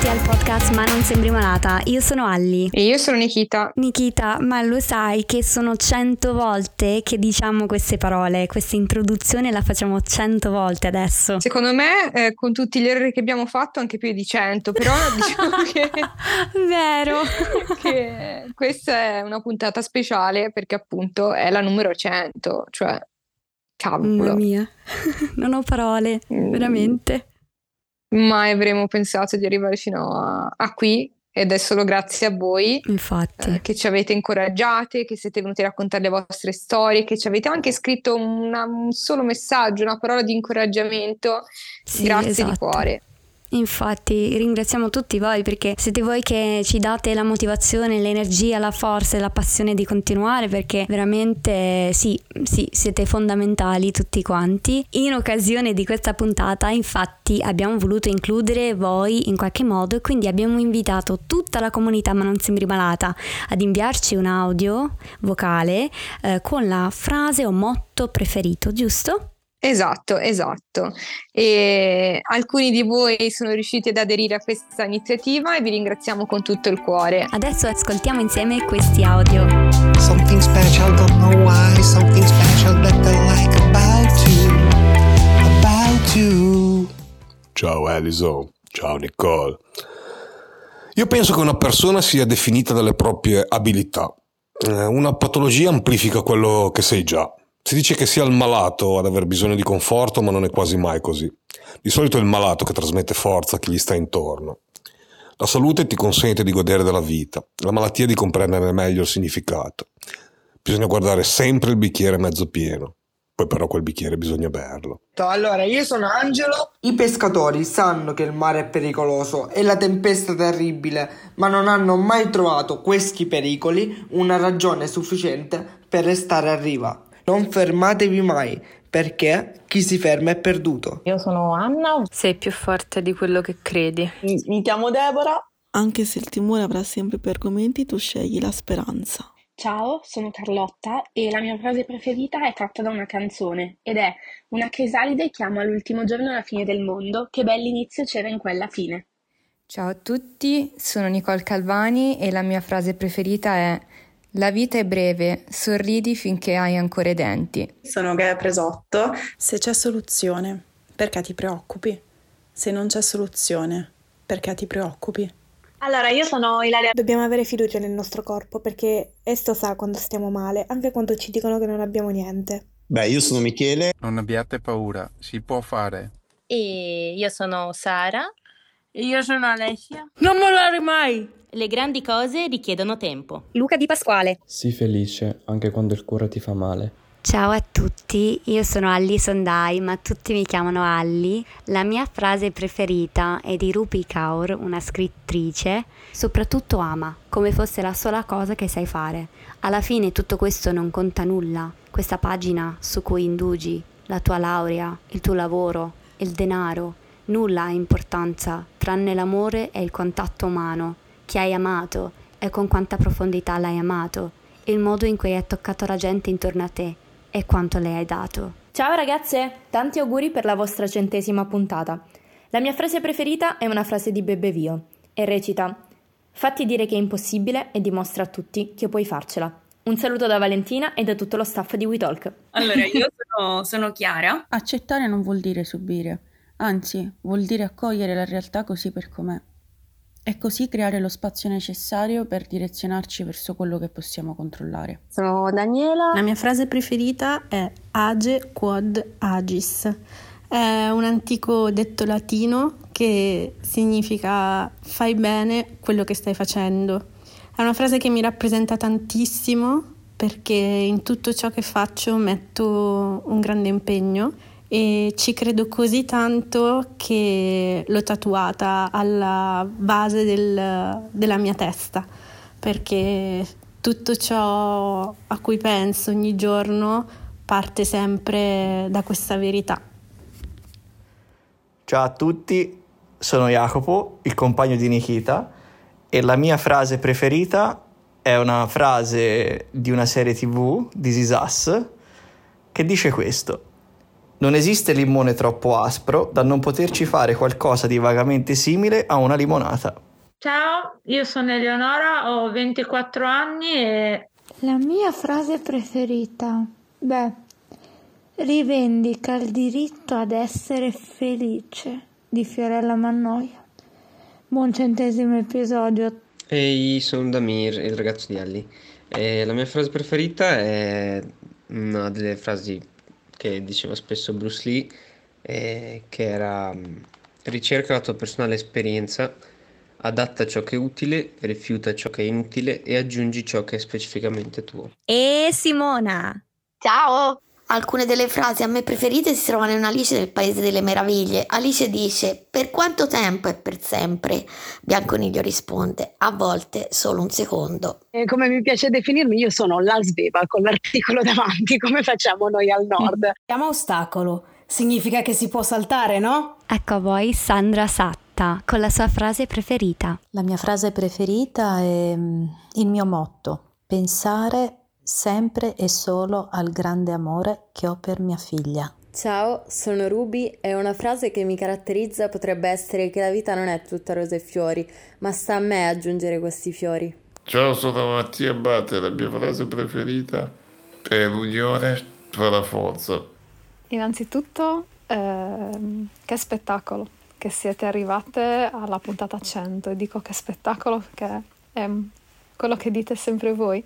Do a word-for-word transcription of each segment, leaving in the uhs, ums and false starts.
al podcast Ma non sembri malata. Io sono Alli. E io sono Nikita. Nikita, ma lo sai che sono cento volte che diciamo queste parole? Questa introduzione la facciamo cento volte adesso. Secondo me, eh, con tutti gli errori che abbiamo fatto, anche più di cento. Però diciamo che... Vero. che questa è una puntata speciale perché appunto è la numero cento. Cioè, cavolo. Mamma mia, non ho parole, Mm. veramente. Mai avremmo pensato di arrivare fino a, a qui, ed è solo grazie a voi Infatti. eh, che ci avete incoraggiate, che siete venuti a raccontare le vostre storie, che ci avete anche scritto una- un solo messaggio, una parola di incoraggiamento. Sì, Grazie esatto. di cuore. Infatti ringraziamo tutti voi perché siete voi che ci date la motivazione, l'energia, la forza e la passione di continuare, perché veramente sì, sì, siete fondamentali tutti quanti. In occasione di questa puntata infatti abbiamo voluto includere voi in qualche modo e quindi abbiamo invitato tutta la comunità Ma non sembri malata ad inviarci un audio vocale eh, con la frase o motto preferito, giusto? Esatto, esatto. E alcuni di voi sono riusciti ad aderire a questa iniziativa e vi ringraziamo con tutto il cuore. Adesso ascoltiamo insieme questi audio. Something special, don't know why. Something special that I like about you. About you. Ciao Alison, ciao Nicole. Io penso che una persona sia definita dalle proprie abilità. Eh, Una patologia amplifica quello che sei già. Si dice che sia il malato ad aver bisogno di conforto, ma non è quasi mai così. Di solito è il malato che trasmette forza a chi gli sta intorno. La salute ti consente di godere della vita, la malattia di comprenderne meglio il significato. Bisogna guardare sempre il bicchiere mezzo pieno, poi però quel bicchiere bisogna berlo. Allora, io sono Angelo. I pescatori sanno che il mare è pericoloso e la tempesta terribile, ma non hanno mai trovato questi pericoli una ragione sufficiente per restare a riva. Non fermatevi mai, perché chi si ferma è perduto. Io sono Anna. Sei più forte di quello che credi. Mi, mi chiamo Deborah. Anche se il timore avrà sempre più argomenti, tu scegli la speranza. Ciao, sono Carlotta e la mia frase preferita è tratta da una canzone ed è: una crisalide chiama l'ultimo giorno alla fine del mondo, che bell'inizio c'era in quella fine. Ciao a tutti, sono Nicole Calvani e la mia frase preferita è: la vita è breve, sorridi finché hai ancora i denti. Sono Gaia Presotto. Se c'è soluzione, perché ti preoccupi? Se non c'è soluzione, perché ti preoccupi? Allora, io sono Ilaria. Dobbiamo avere fiducia nel nostro corpo perché esso sa quando stiamo male, anche quando ci dicono che non abbiamo niente. Beh, io sono Michele. Non abbiate paura, si può fare. E io sono Sara. E io sono Alessia. Non mollare mai! Le grandi cose richiedono tempo. Luca Di Pasquale. Sii felice anche quando il cuore ti fa male. Ciao a tutti, io sono Alli Sondai, ma tutti mi chiamano Alli. La mia frase preferita è di Rupi Kaur, una scrittrice. Soprattutto ama, come fosse la sola cosa che sai fare. Alla fine tutto questo non conta nulla. Questa pagina su cui indugi, la tua laurea, il tuo lavoro, il denaro, nulla ha importanza, tranne l'amore e il contatto umano. Chi hai amato e con quanta profondità l'hai amato, il modo in cui hai toccato la gente intorno a te e quanto le hai dato. Ciao ragazze, tanti auguri per la vostra centesima puntata. La mia frase preferita è una frase di Bebbevio e recita: fatti dire che è impossibile e dimostra a tutti che puoi farcela. Un saluto da Valentina e da tutto lo staff di WeTalk. Allora, io sono, sono Chiara. Accettare non vuol dire subire, anzi vuol dire accogliere la realtà così per com'è. E così creare lo spazio necessario per direzionarci verso quello che possiamo controllare. Sono Daniela. La mia frase preferita è age quod agis. È un antico detto latino che significa fai bene quello che stai facendo. È una frase che mi rappresenta tantissimo perché in tutto ciò che faccio metto un grande impegno e ci credo così tanto che l'ho tatuata alla base del, della mia testa, perché tutto ciò a cui penso ogni giorno parte sempre da questa verità. Ciao a tutti, sono Jacopo, il compagno di Nikita, e la mia frase preferita è una frase di una serie tivù, This Is Us, che dice questo: Non esiste limone troppo aspro da non poterci fare qualcosa di vagamente simile a una limonata. Ciao, io sono Eleonora, ho ventiquattro anni e... La mia frase preferita? Beh, rivendica il diritto ad essere felice di Fiorella Mannoia. Buon centesimo episodio. Ehi, sono Damir, il ragazzo di Alli. E la mia frase preferita è una delle frasi che diceva spesso Bruce Lee, eh, che era: ricerca la tua personale esperienza, adatta ciò che è utile, rifiuta ciò che è inutile e aggiungi ciò che è specificamente tuo. E Simona! Ciao! Alcune delle frasi a me preferite si trovano in Alice nel Paese delle Meraviglie. Alice dice: per quanto tempo e per sempre? Bianconiglio risponde: a volte solo un secondo. E come mi piace definirmi, io sono l'Alsbeba con l'articolo davanti, come facciamo noi al nord. Chiama ostacolo, significa che si può saltare, no? Ecco a voi Sandra Satta con la sua frase preferita. La mia frase preferita è il mio motto: pensare sempre e solo al grande amore che ho per mia figlia. Ciao, sono Ruby e una frase che mi caratterizza potrebbe essere che la vita non è tutta rose e fiori, ma sta a me aggiungere questi fiori. Ciao, sono Mattia Batte, la mia frase preferita è l'unione tra la forza. Innanzitutto, ehm, che spettacolo che siete arrivate alla puntata cento, e dico che spettacolo perché è quello che dite sempre voi.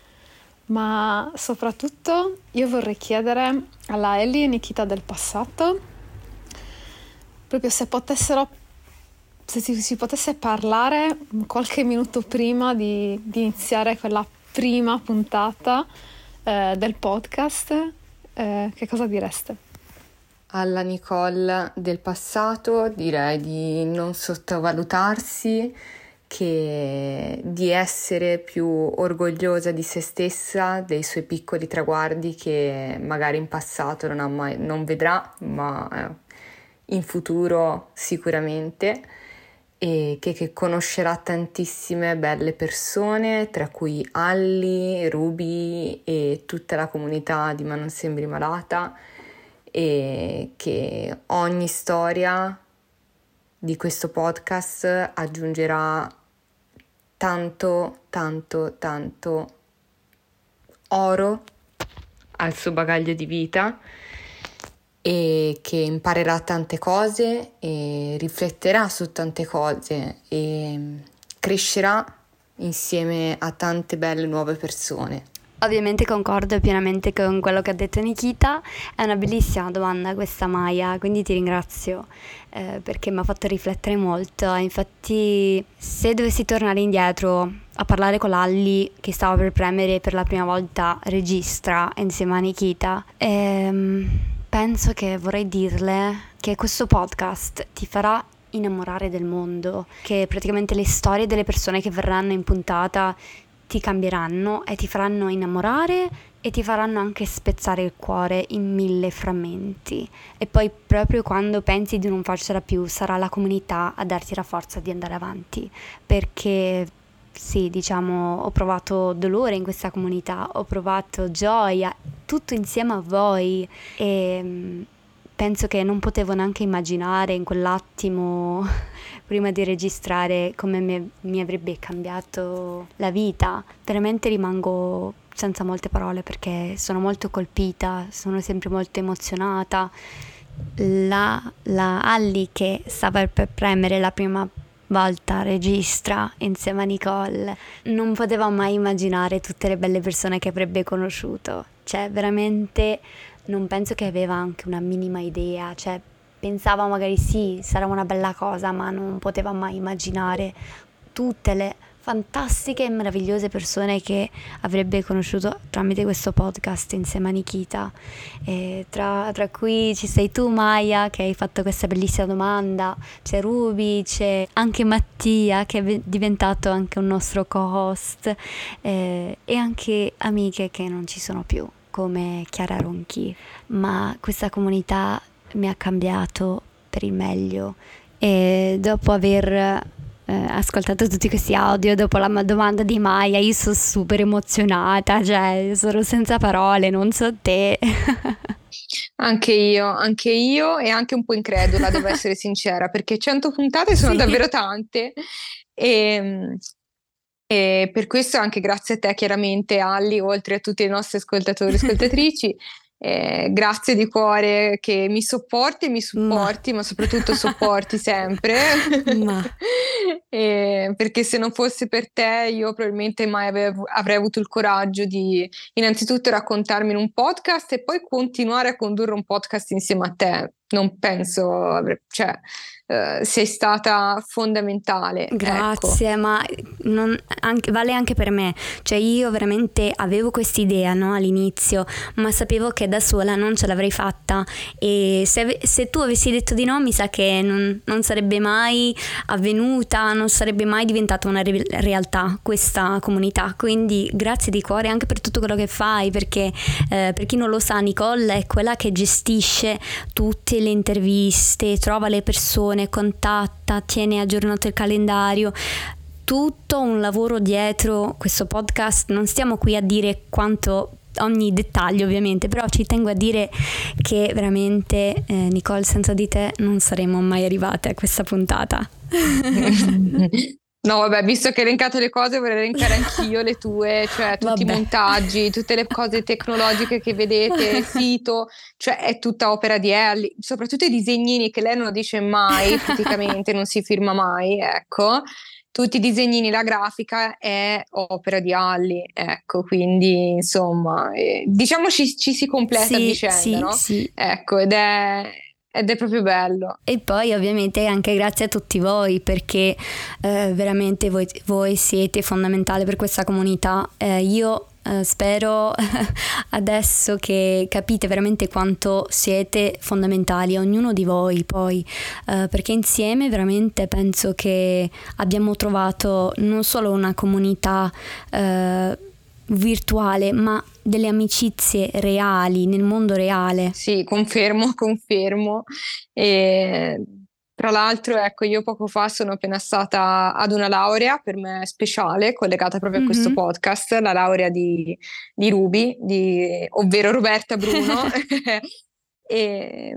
Ma soprattutto io vorrei chiedere alla Ellie e Nikita del passato proprio se potessero se si, si potesse parlare qualche minuto prima di, di iniziare quella prima puntata eh, del podcast, eh, che cosa direste? Alla Nicole del passato direi di non sottovalutarsi, che di essere più orgogliosa di se stessa, dei suoi piccoli traguardi che magari in passato non, ha mai, non vedrà, ma eh, in futuro sicuramente, e che, che conoscerà tantissime belle persone, tra cui Alli, Ruby e tutta la comunità di Ma non sembri malata, e che ogni storia di questo podcast aggiungerà tanto, tanto, tanto oro al suo bagaglio di vita, e che imparerà tante cose e rifletterà su tante cose e crescerà insieme a tante belle nuove persone. Ovviamente concordo pienamente con quello che ha detto Nikita, è una bellissima domanda questa, Maya, quindi ti ringrazio eh, perché mi ha fatto riflettere molto. Infatti, se dovessi tornare indietro a parlare con Alli, che stava per premere per la prima volta registra insieme a Nikita, ehm, penso che vorrei dirle che questo podcast ti farà innamorare del mondo, che praticamente le storie delle persone che verranno in puntata ti cambieranno e ti faranno innamorare e ti faranno anche spezzare il cuore in mille frammenti, e poi proprio quando pensi di non farcela più sarà la comunità a darti la forza di andare avanti, perché sì, diciamo, ho provato dolore in questa comunità, ho provato gioia, tutto insieme a voi, e penso che non potevo neanche immaginare in quell'attimo prima di registrare come mi, mi avrebbe cambiato la vita. Veramente rimango senza molte parole perché sono molto colpita, sono sempre molto emozionata. La, la Alli che stava per premere la prima volta registra insieme a Nicole non poteva mai immaginare tutte le belle persone che avrebbe conosciuto, cioè veramente non penso che aveva anche una minima idea, cioè pensava magari sì, sarà una bella cosa, ma non poteva mai immaginare tutte le fantastiche e meravigliose persone che avrebbe conosciuto tramite questo podcast insieme a Nikita. E tra, tra cui ci sei tu, Maya, che hai fatto questa bellissima domanda, c'è Ruby, c'è anche Mattia che è diventato anche un nostro co-host, eh, e anche amiche che non ci sono più come Chiara Ronchi, ma questa comunità mi ha cambiato per il meglio, e dopo aver eh, ascoltato tutti questi audio, dopo la domanda di Maya, io sono super emozionata, cioè sono senza parole, non so te. Anche io, anche io e anche un po' incredula, devo essere sincera, perché cento puntate sono Sì. davvero tante e, e per questo anche grazie a te chiaramente Alli, oltre a tutti i nostri ascoltatori e ascoltatrici, eh, grazie di cuore che mi sopporti, mi supporti, ma, ma soprattutto sopporti sempre, ma. e perché se non fosse per te io probabilmente mai avevo, avrei avuto il coraggio di innanzitutto raccontarmi in un podcast e poi continuare a condurre un podcast insieme a te. Non penso, cioè, uh, sei stata fondamentale. Grazie, ecco. ma non, anche, vale anche per me. Cioè io veramente avevo quest'idea, no, all'inizio, ma sapevo che da sola non ce l'avrei fatta e se, se tu avessi detto di no mi sa che non, non sarebbe mai avvenuta, non sarebbe mai diventata una re- realtà questa comunità. Quindi grazie di cuore anche per tutto quello che fai, perché eh, per chi non lo sa, Nicole è quella che gestisce tutte le interviste, trova le persone, contatta, tiene aggiornato il calendario, tutto un lavoro dietro questo podcast. Non stiamo qui a dire quanto, ogni dettaglio ovviamente, però ci tengo a dire che veramente eh, Nicole, senza di te non saremmo mai arrivate a questa puntata. No, vabbè, visto che hai elencato le cose, vorrei elencare anch'io le tue, cioè tutti vabbè. I montaggi, tutte le cose tecnologiche che vedete, il sito, cioè è tutta opera di Ellie, soprattutto i disegnini che lei non dice mai, praticamente non si firma mai, ecco. Tutti i disegnini, la grafica è opera di Alli, ecco, quindi insomma, eh, diciamo ci, ci si completa sì, a vicenda, sì, no? Sì. Ecco, ed è... Ed è proprio bello. E poi ovviamente anche grazie a tutti voi, perché eh, veramente voi, voi siete fondamentali per questa comunità. Eh, io eh, spero adesso che capite veramente quanto siete fondamentali, ognuno di voi poi, eh, perché insieme veramente penso che abbiamo trovato non solo una comunità eh, virtuale, ma delle amicizie reali nel mondo reale. Sì, confermo, confermo. E tra l'altro, ecco, io poco fa sono appena stata ad una laurea per me speciale, collegata proprio mm-hmm. a questo podcast, la laurea di, di Ruby, di, ovvero Roberta Bruno. E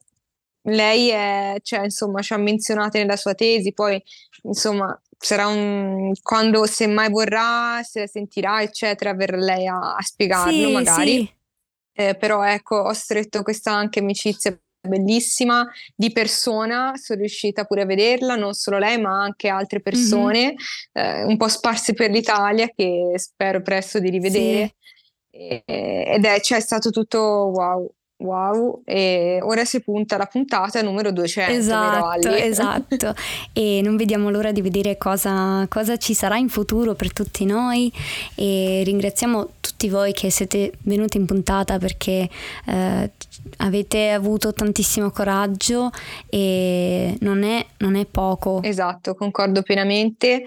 lei è, cioè, insomma, ci ha menzionate nella sua tesi, poi, insomma, sarà un quando se mai vorrà, se sentirà eccetera, verrà lei a, a spiegarlo, sì, magari sì. Eh, però ecco, ho stretto questa anche amicizia bellissima di persona, sono riuscita pure a vederla, non solo lei ma anche altre persone mm-hmm. eh, un po' sparse per l'Italia che spero presto di rivedere sì. e, ed è, cioè, è stato tutto wow. Wow, e ora si punta alla puntata numero duecento, esatto, vero Alli? Esatto, e non vediamo l'ora di vedere cosa, cosa ci sarà in futuro per tutti noi e ringraziamo tutti voi che siete venuti in puntata perché eh, avete avuto tantissimo coraggio e non è, non è poco. Esatto, concordo pienamente.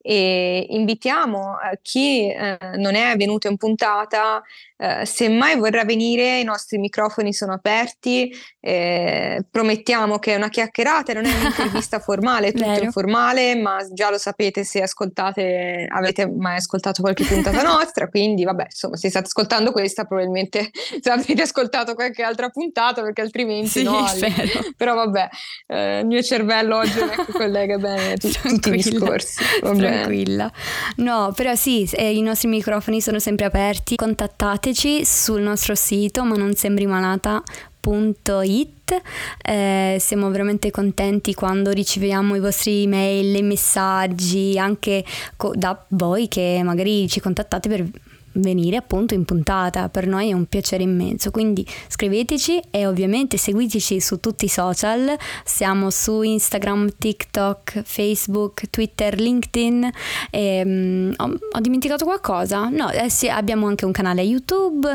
E invitiamo eh, chi eh, non è venuto in puntata, eh, se mai vorrà venire, i nostri microfoni sono aperti, eh, promettiamo che è una chiacchierata, non è un'intervista formale, è tutto informale, ma già lo sapete se ascoltate, avete mai ascoltato qualche puntata nostra, quindi vabbè, insomma, se state ascoltando questa probabilmente se avete ascoltato qualche altra puntata, perché altrimenti sì, no, però vabbè, eh, il mio cervello oggi non è che collega bene t- tutti i discorsi, vabbè. Tranquilla. No, però sì, eh, i nostri microfoni sono sempre aperti. Contattateci sul nostro sito ma non sembri malata punto it. Eh, siamo veramente contenti quando riceviamo i vostri email, i messaggi, anche co- da voi che magari ci contattate per venire appunto in puntata. Per noi è un piacere immenso, quindi scriveteci e ovviamente seguiteci su tutti i social. Siamo su Instagram, TikTok, Facebook, Twitter, LinkedIn e, um, ho, ho dimenticato qualcosa? No, eh sì, abbiamo anche un canale YouTube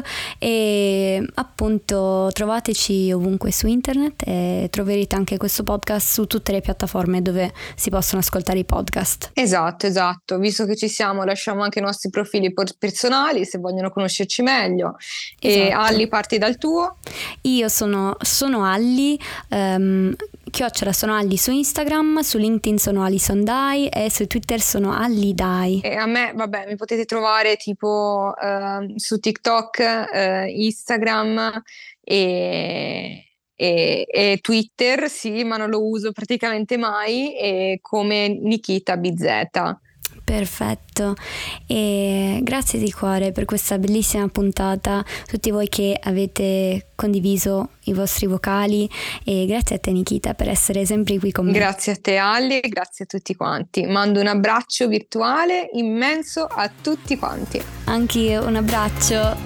e appunto trovateci ovunque su internet e troverete anche questo podcast su tutte le piattaforme dove si possono ascoltare i podcast. Esatto, esatto, visto che ci siamo lasciamo anche i nostri profili personali se vogliono conoscerci meglio. Esatto. E Alli, parti dal tuo? Io sono, sono Alli, um, chiocciola sono Alli su Instagram, su LinkedIn sono Alisondai e su Twitter sono Allidai. E a me, vabbè, mi potete trovare tipo uh, su TikTok, uh, Instagram e, e, e Twitter sì, ma non lo uso praticamente mai, e come Nikita B Z. Perfetto, e grazie di cuore per questa bellissima puntata, tutti voi che avete condiviso i vostri vocali, e grazie a te Nikita per essere sempre qui con me. Grazie a te Ali e grazie a tutti quanti. Mando un abbraccio virtuale immenso a tutti quanti. Anche io un abbraccio.